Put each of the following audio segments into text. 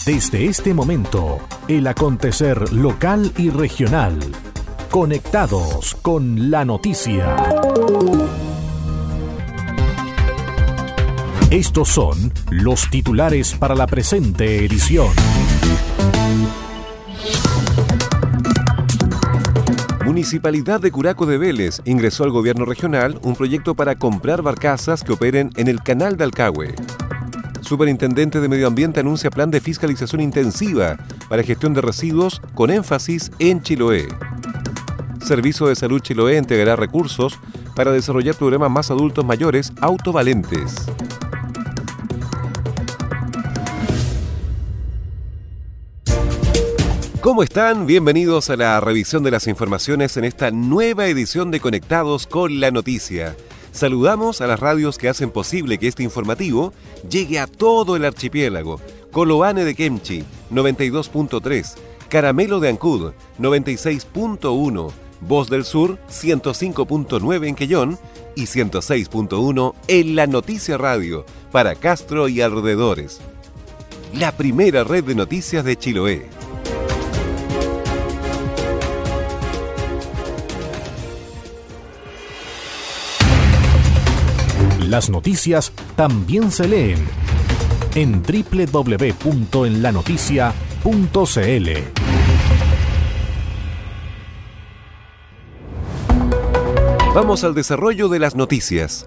Desde este momento, el acontecer local y regional. Conectados con la noticia. Estos son los titulares para la presente edición. Municipalidad de Curacó de Vélez ingresó al gobierno regional un proyecto para comprar barcazas que operen en el canal de Alcagüe. Superintendente de Medio Ambiente anuncia plan de fiscalización intensiva para gestión de residuos con énfasis en Chiloé. Servicio de Salud Chiloé entregará recursos para desarrollar programas más adultos mayores autovalentes. ¿Cómo están? Bienvenidos a la revisión de las informaciones en esta nueva edición de Conectados con la Noticia. Saludamos a las radios que hacen posible que este informativo llegue a todo el archipiélago. Coloane de Kemchi, 92.3, Caramelo de Ancud, 96.1, Voz del Sur, 105.9 en Quellón y 106.1 en La Noticia Radio, para Castro y alrededores. La primera red de noticias de Chiloé. Las noticias también se leen en www.enlanoticia.cl. Vamos al desarrollo de las noticias.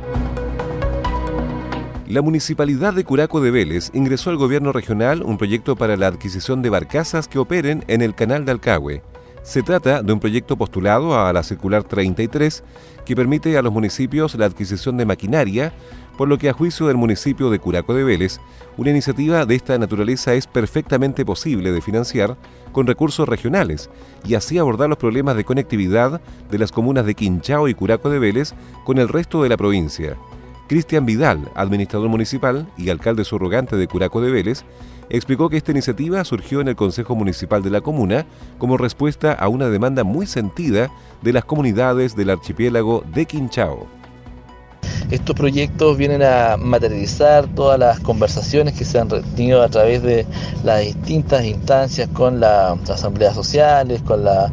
La Municipalidad de Curacó de Vélez ingresó al gobierno regional un proyecto para la adquisición de barcazas que operen en el canal de Alcagüe. Se trata de un proyecto postulado a la Circular 33 que permite a los municipios la adquisición de maquinaria, por lo que a juicio del municipio de Curacó de Vélez, una iniciativa de esta naturaleza es perfectamente posible de financiar con recursos regionales y así abordar los problemas de conectividad de las comunas de Quinchao y Curacó de Vélez con el resto de la provincia. Cristian Vidal, administrador municipal y alcalde subrogante de Curacó de Vélez, explicó que esta iniciativa surgió en el Consejo Municipal de la comuna como respuesta a una demanda muy sentida de las comunidades del archipiélago de Quinchao. Estos proyectos vienen a materializar todas las conversaciones que se han tenido a través de las distintas instancias con las asambleas sociales, con las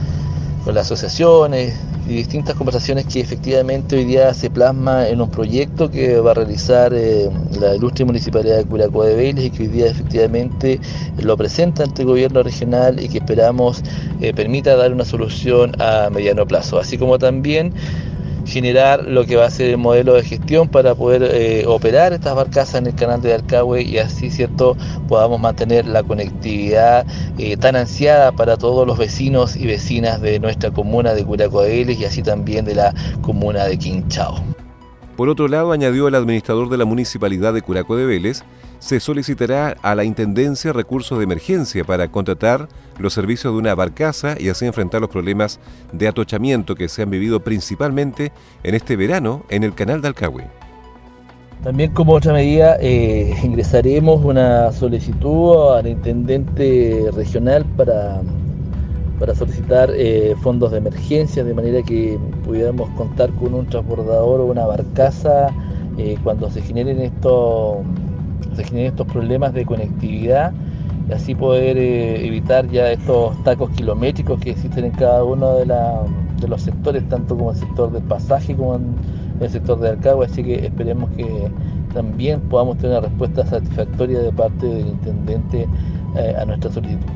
asociaciones y distintas conversaciones que efectivamente hoy día se plasma en un proyecto que va a realizar la ilustre Municipalidad de Curacó de Vélez y que hoy día efectivamente lo presenta ante el gobierno regional y que esperamos permita dar una solución a mediano plazo, así como también generar lo que va a ser el modelo de gestión para poder operar estas barcazas en el canal de Alcagüe y así, ¿cierto?, podamos mantener la conectividad tan ansiada para todos los vecinos y vecinas de nuestra comuna de Curacó de Vélez y así también de la comuna de Quinchao. Por otro lado, añadió el administrador de la Municipalidad de Curacó de Vélez, se solicitará a la Intendencia recursos de emergencia para contratar los servicios de una barcaza y así enfrentar los problemas de atochamiento que se han vivido principalmente en este verano en el canal de Alcagüe. También como otra medida ingresaremos una solicitud al Intendente Regional para solicitar fondos de emergencia de manera que pudiéramos contar con un transbordador o una barcaza cuando se generen estos problemas de conectividad y así poder evitar ya estos tacos kilométricos que existen en cada uno de los sectores, tanto como el sector del pasaje como en el sector de Alcagüe, así que esperemos que también podamos tener una respuesta satisfactoria de parte del intendente a nuestra solicitud.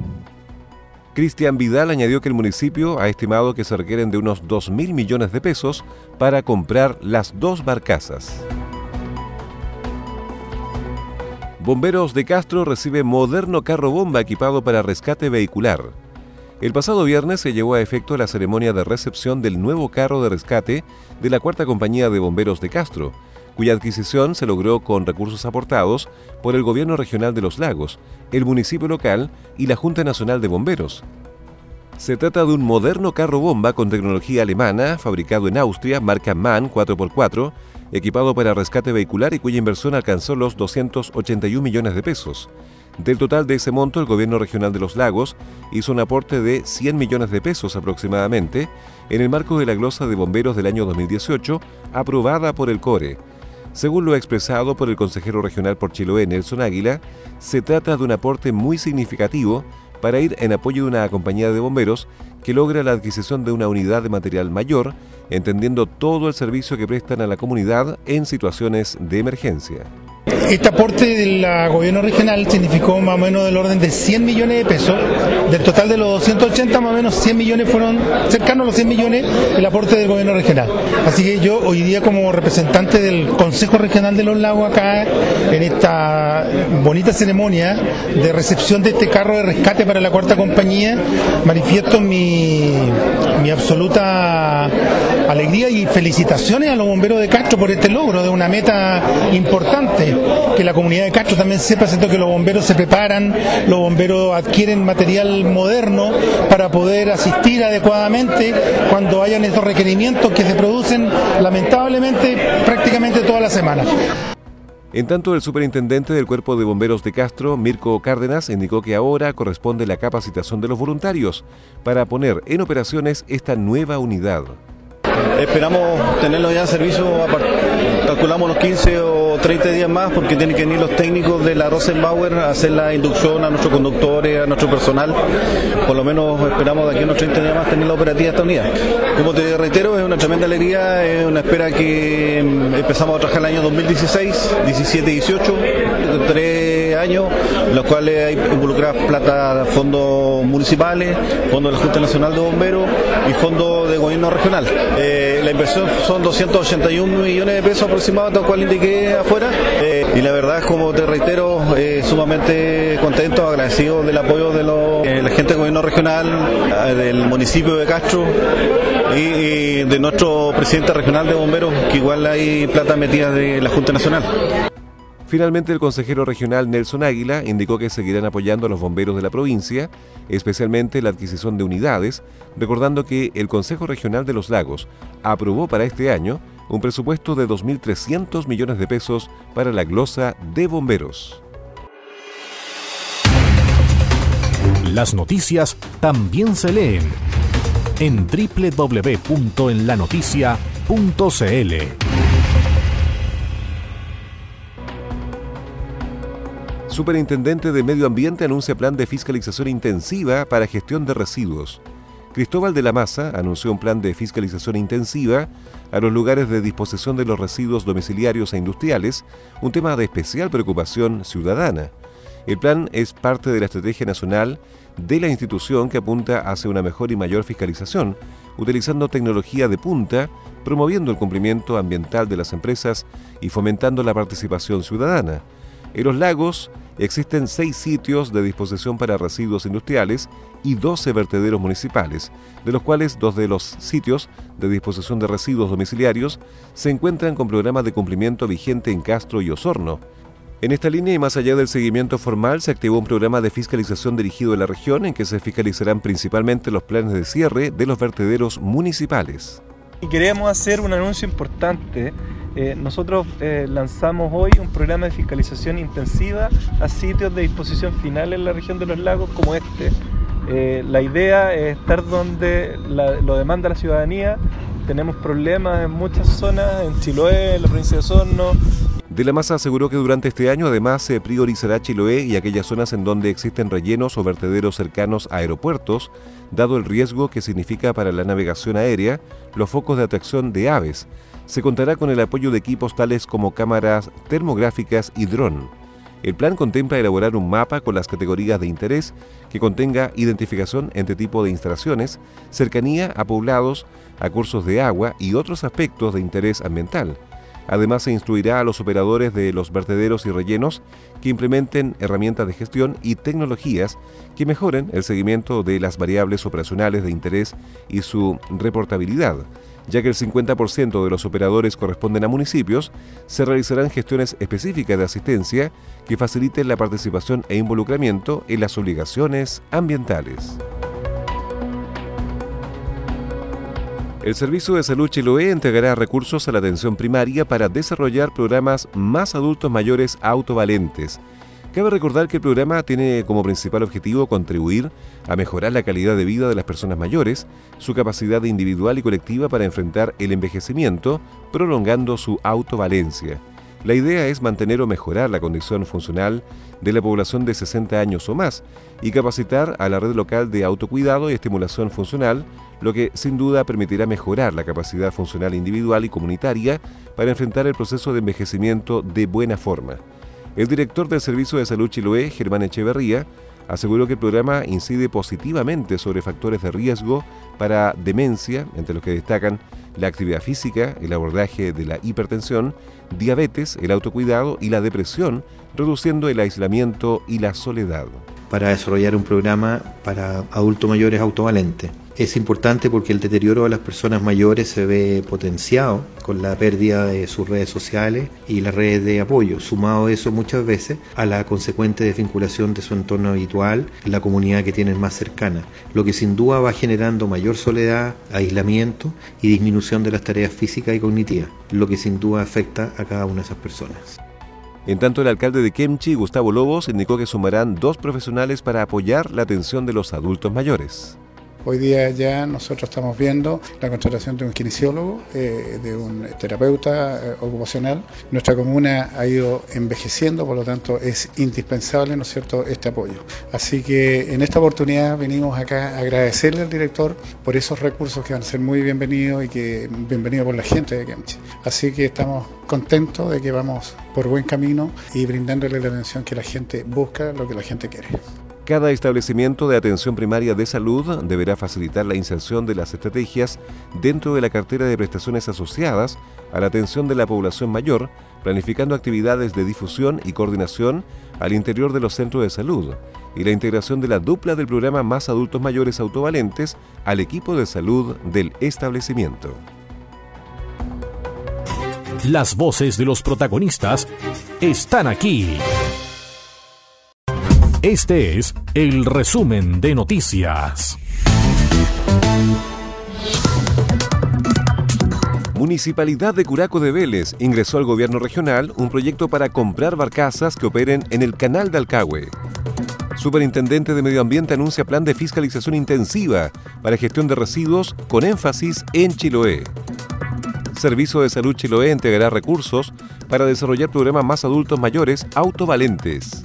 Cristian Vidal añadió que el municipio ha estimado que se requieren de unos 2.000 millones de pesos para comprar las dos barcazas. Bomberos de Castro recibe moderno carro bomba equipado para rescate vehicular. El pasado viernes se llevó a efecto la ceremonia de recepción del nuevo carro de rescate de la Cuarta Compañía de Bomberos de Castro, cuya adquisición se logró con recursos aportados por el Gobierno Regional de los Lagos, el municipio local y la Junta Nacional de Bomberos. Se trata de un moderno carro bomba con tecnología alemana, fabricado en Austria, marca MAN 4x4, equipado para rescate vehicular y cuya inversión alcanzó los 281 millones de pesos. Del total de ese monto, el Gobierno Regional de los Lagos hizo un aporte de 100 millones de pesos aproximadamente en el marco de la glosa de bomberos del año 2018, aprobada por el CORE. Según lo expresado por el consejero regional por Chiloé, Nelson Águila, se trata de un aporte muy significativo para ir en apoyo de una compañía de bomberos que logra la adquisición de una unidad de material mayor, entendiendo todo el servicio que prestan a la comunidad en situaciones de emergencia. Este aporte del gobierno regional significó más o menos del orden de 100 millones de pesos. Del total de los 280, más o menos 100 millones fueron cercanos a los 100 millones el aporte del gobierno regional. Así que yo hoy día, como representante del Consejo Regional de los Lagos, acá en esta bonita ceremonia de recepción de este carro de rescate para la cuarta compañía, manifiesto mi absoluta alegría y felicitaciones a los bomberos de Castro por este logro de una meta importante. Que la comunidad de Castro también sepa, siento que los bomberos se preparan, los bomberos adquieren material moderno para poder asistir adecuadamente cuando hayan estos requerimientos que se producen lamentablemente prácticamente toda la semana. En tanto, el superintendente del Cuerpo de Bomberos de Castro, Mirko Cárdenas, indicó que ahora corresponde la capacitación de los voluntarios para poner en operaciones esta nueva unidad. Esperamos tenerlo ya en servicio, calculamos los 15 o 30 días más, porque tienen que venir los técnicos de la Rosenbauer a hacer la inducción a nuestros conductores, a nuestro personal. Por lo menos esperamos de aquí a unos 30 días más tener la operativa esta unidad. Como te reitero, es una tremenda alegría, es una espera que empezamos a trabajar el año 2016, 17 y 18, 3 años, en los cuales hay involucradas plata de fondos municipales, fondos de la Junta Nacional de Bomberos y fondos de gobierno regional. La inversión son 281 millones de pesos aproximadamente, tal cual indiqué afuera, y la verdad, como te reitero, sumamente contento, agradecido del apoyo de la gente del gobierno regional, del municipio de Castro y de nuestro presidente regional de bomberos, que igual hay plata metida de la Junta Nacional. Finalmente, el consejero regional Nelson Águila indicó que seguirán apoyando a los bomberos de la provincia, especialmente la adquisición de unidades, recordando que el Consejo Regional de los Lagos aprobó para este año un presupuesto de 2.300 millones de pesos para la glosa de bomberos. Las noticias también se leen en www.enlanoticia.cl. Superintendente de Medio Ambiente anuncia plan de fiscalización intensiva para gestión de residuos. Cristóbal de la Maza anunció un plan de fiscalización intensiva a los lugares de disposición de los residuos domiciliarios e industriales, un tema de especial preocupación ciudadana. El plan es parte de la estrategia nacional de la institución que apunta hacia una mejor y mayor fiscalización, utilizando tecnología de punta, promoviendo el cumplimiento ambiental de las empresas y fomentando la participación ciudadana. En los lagos existen 6 sitios de disposición para residuos industriales y 12 vertederos municipales, de los cuales 2 de los sitios de disposición de residuos domiciliarios se encuentran con programas de cumplimiento vigente en Castro y Osorno. En esta línea y más allá del seguimiento formal, se activó un programa de fiscalización dirigido a la región en que se fiscalizarán principalmente los planes de cierre de los vertederos municipales. Y queremos hacer un anuncio importante. Nosotros lanzamos hoy un programa de fiscalización intensiva a sitios de disposición final en la región de los lagos como este. La idea es estar donde lo demanda la ciudadanía. Tenemos problemas en muchas zonas, en Chiloé, en la provincia de Osorno. De la Maza aseguró que durante este año además se priorizará Chiloé y aquellas zonas en donde existen rellenos o vertederos cercanos a aeropuertos, dado el riesgo que significa para la navegación aérea los focos de atracción de aves. Se contará con el apoyo de equipos tales como cámaras termográficas y dron. El plan contempla elaborar un mapa con las categorías de interés que contenga identificación entre tipo de instalaciones, cercanía a poblados, a cursos de agua y otros aspectos de interés ambiental. Además, se instruirá a los operadores de los vertederos y rellenos que implementen herramientas de gestión y tecnologías que mejoren el seguimiento de las variables operacionales de interés y su reportabilidad. Ya que el 50% de los operadores corresponden a municipios, se realizarán gestiones específicas de asistencia que faciliten la participación e involucramiento en las obligaciones ambientales. El Servicio de Salud Chiloé entregará recursos a la atención primaria para desarrollar programas más adultos mayores autovalentes. Cabe recordar que el programa tiene como principal objetivo contribuir a mejorar la calidad de vida de las personas mayores, su capacidad individual y colectiva para enfrentar el envejecimiento, prolongando su autovalencia. La idea es mantener o mejorar la condición funcional de la población de 60 años o más y capacitar a la red local de autocuidado y estimulación funcional, lo que sin duda permitirá mejorar la capacidad funcional individual y comunitaria para enfrentar el proceso de envejecimiento de buena forma. El director del Servicio de Salud Chiloé, Germán Echeverría, aseguró que el programa incide positivamente sobre factores de riesgo para demencia, entre los que destacan la actividad física, el abordaje de la hipertensión, diabetes, el autocuidado y la depresión, reduciendo el aislamiento y la soledad. Para desarrollar un programa para adultos mayores autovalentes. Es importante porque el deterioro de las personas mayores se ve potenciado con la pérdida de sus redes sociales y las redes de apoyo, sumado eso muchas veces a la consecuente desvinculación de su entorno habitual, la comunidad que tienen más cercana, lo que sin duda va generando mayor soledad, aislamiento y disminución de las tareas físicas y cognitivas, lo que sin duda afecta a cada una de esas personas. En tanto, el alcalde de Kemchi, Gustavo Lobos, indicó que sumarán 2 profesionales para apoyar la atención de los adultos mayores. Hoy día ya nosotros estamos viendo la contratación de un kinesiólogo, de un terapeuta ocupacional. Nuestra comuna ha ido envejeciendo, por lo tanto es indispensable, ¿no es cierto?, este apoyo. Así que en esta oportunidad venimos acá a agradecerle al director por esos recursos que van a ser muy bienvenidos y que bienvenidos por la gente de Kemchi. Así que estamos contentos de que vamos por buen camino y brindándole la atención que la gente busca, lo que la gente quiere. Cada establecimiento de atención primaria de salud deberá facilitar la inserción de las estrategias dentro de la cartera de prestaciones asociadas a la atención de la población mayor, planificando actividades de difusión y coordinación al interior de los centros de salud y la integración de la dupla del programa Más Adultos Mayores Autovalentes al equipo de salud del establecimiento. Las voces de los protagonistas están aquí. Este es el resumen de noticias. Municipalidad de Curacó de Vélez ingresó al gobierno regional un proyecto para comprar barcazas que operen en el canal de Alcagüe. Superintendente de Medio Ambiente anuncia plan de fiscalización intensiva para gestión de residuos con énfasis en Chiloé. Servicio de Salud Chiloé entregará recursos para desarrollar programas Más Adultos Mayores Autovalentes.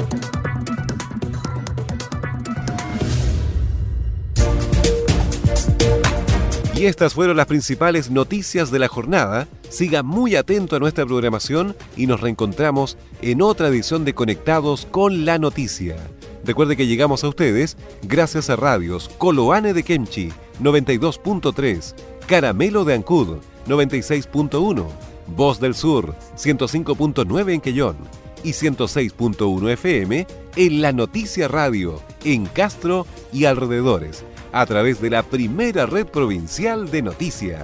Y estas fueron las principales noticias de la jornada. Siga muy atento a nuestra programación y nos reencontramos en otra edición de Conectados con la Noticia. Recuerde que llegamos a ustedes gracias a radios Coloane de Kemchi, 92.3, Caramelo de Ancud, 96.1, Voz del Sur, 105.9 en Quellón y 106.1 FM en La Noticia Radio, en Castro y alrededores, a través de la primera red provincial de noticias.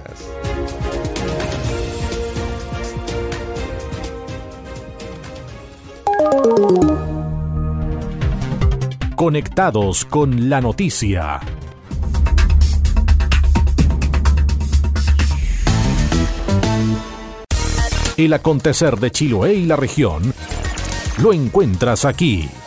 Conectados con la noticia. El acontecer de Chiloé y la región lo encuentras aquí.